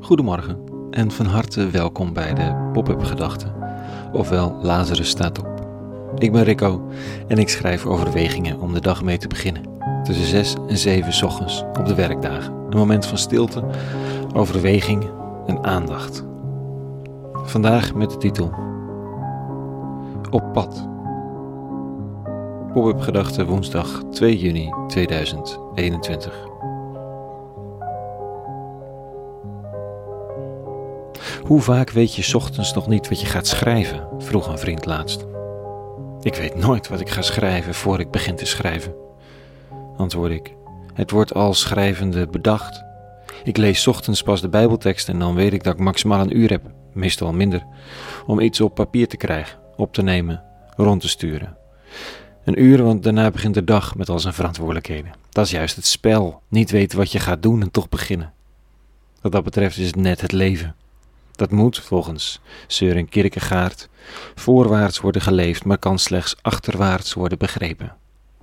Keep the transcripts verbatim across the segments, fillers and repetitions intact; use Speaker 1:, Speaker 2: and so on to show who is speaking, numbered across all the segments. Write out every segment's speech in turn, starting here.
Speaker 1: Goedemorgen en van harte welkom bij de Pop-up Gedachten, ofwel Lazarus staat op. Ik ben Rico en ik schrijf overwegingen om de dag mee te beginnen. Tussen zes en zeven 's ochtends op de werkdagen. Een moment van stilte, overweging en aandacht. Vandaag met de titel Op pad. Pop-up Gedachten woensdag twee juni tweeduizend eenentwintig. Hoe vaak weet je 's ochtends nog niet wat je gaat schrijven? Vroeg een vriend laatst. Ik weet nooit wat ik ga schrijven voor ik begin te schrijven, antwoordde ik. Het wordt al schrijvende bedacht. Ik lees 's ochtends pas de Bijbeltekst en dan weet ik dat ik maximaal een uur heb, meestal minder, om iets op papier te krijgen, op te nemen, rond te sturen. Een uur, want daarna begint de dag met al zijn verantwoordelijkheden. Dat is juist het spel, niet weten wat je gaat doen en toch beginnen. Wat dat betreft is het net het leven. Dat moet, volgens Søren Kierkegaard, voorwaarts worden geleefd, maar kan slechts achterwaarts worden begrepen.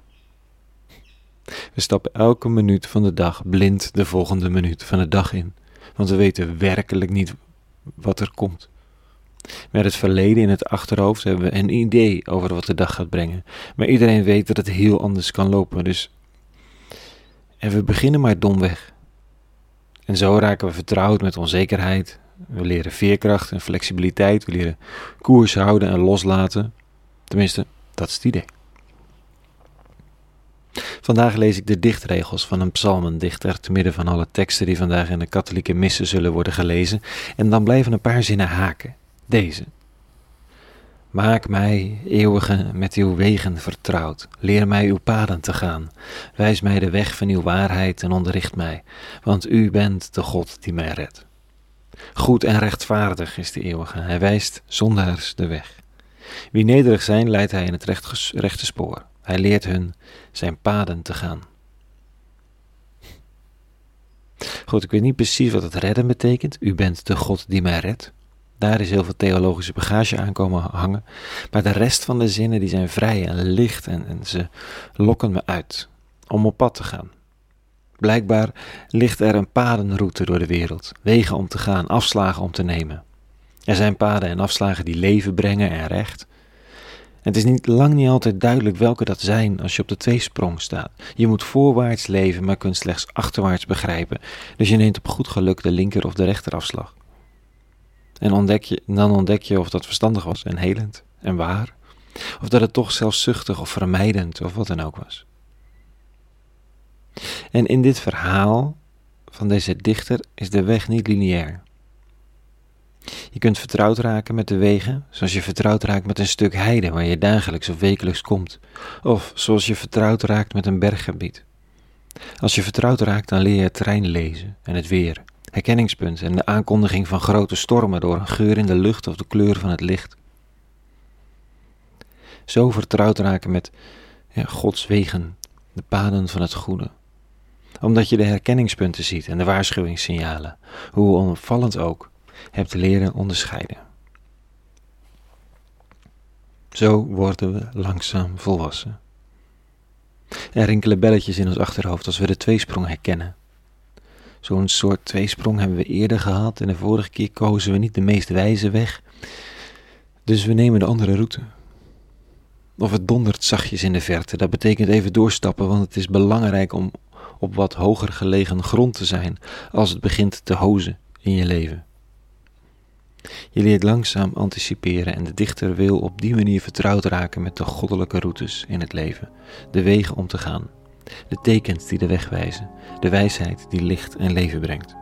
Speaker 1: We stappen elke minuut van de dag blind de volgende minuut van de dag in, want we weten werkelijk niet wat er komt. Met het verleden in het achterhoofd hebben we een idee over wat de dag gaat brengen, maar iedereen weet dat het heel anders kan lopen, dus... En we beginnen maar domweg. En zo raken we vertrouwd met onzekerheid. We leren veerkracht en flexibiliteit. We leren koers houden en loslaten. Tenminste, dat is het idee. Vandaag lees ik de dichtregels van een psalmendichter te midden van alle teksten die vandaag in de katholieke missen zullen worden gelezen. En dan blijven een paar zinnen haken. Deze. Maak mij, eeuwige, met uw wegen vertrouwd. Leer mij uw paden te gaan. Wijs mij de weg van uw waarheid en onderricht mij. Want u bent de God die mij redt. Goed en rechtvaardig is de eeuwige. Hij wijst zondaars de weg. Wie nederig zijn, leidt hij in het recht, rechte spoor. Hij leert hun zijn paden te gaan. Goed, ik weet niet precies wat het redden betekent. U bent de God die mij redt. Daar is heel veel theologische bagage aan komen hangen. Maar de rest van de zinnen die zijn vrij en licht en, en ze lokken me uit om op pad te gaan. Blijkbaar ligt er een padenroute door de wereld. Wegen om te gaan, afslagen om te nemen. Er zijn paden en afslagen die leven brengen en recht. Het is niet, lang niet altijd duidelijk welke dat zijn als je op de tweesprong staat. Je moet voorwaarts leven, maar kunt slechts achterwaarts begrijpen. Dus je neemt op goed geluk de linker of de rechterafslag. En ontdek je, dan ontdek je of dat verstandig was en helend en waar. Of dat het toch zelfzuchtig of vermijdend of wat dan ook was. En in dit verhaal van deze dichter is de weg niet lineair. Je kunt vertrouwd raken met de wegen, zoals je vertrouwd raakt met een stuk heide waar je dagelijks of wekelijks komt. Of zoals je vertrouwd raakt met een berggebied. Als je vertrouwd raakt, dan leer je het terrein lezen en het weer, herkenningspunten en de aankondiging van grote stormen door een geur in de lucht of de kleur van het licht. Zo vertrouwd raken met ja, Gods wegen, de paden van het goede. Omdat je de herkenningspunten ziet en de waarschuwingssignalen, hoe onopvallend ook, hebt leren onderscheiden. Zo worden we langzaam volwassen. Er rinkelen belletjes in ons achterhoofd als we de tweesprong herkennen. Zo'n soort tweesprong hebben we eerder gehad en de vorige keer kozen we niet de meest wijze weg, dus we nemen de andere route. Of het dondert zachtjes in de verte, dat betekent even doorstappen, want het is belangrijk om op wat hoger gelegen grond te zijn als het begint te hozen in je leven. Je leert langzaam anticiperen en de dichter wil op die manier vertrouwd raken met de goddelijke routes in het leven, de wegen om te gaan, de tekens die de weg wijzen, de wijsheid die licht en leven brengt.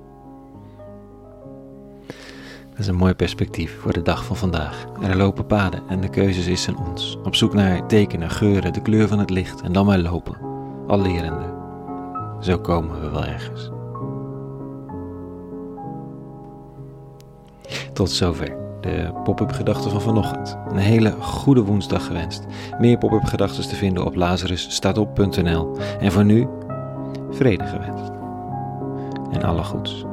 Speaker 1: Dat is een mooi perspectief voor de dag van vandaag. Er lopen paden en de keuze is aan ons. Op zoek naar tekenen, geuren, de kleur van het licht en dan maar lopen, al lerende. Zo komen we wel ergens. Tot zover de pop-up gedachten van vanochtend. Een hele goede woensdag gewenst. Meer pop-up gedachten te vinden op lazarus staat op punt n l. En voor nu, vrede gewenst. En alle goeds.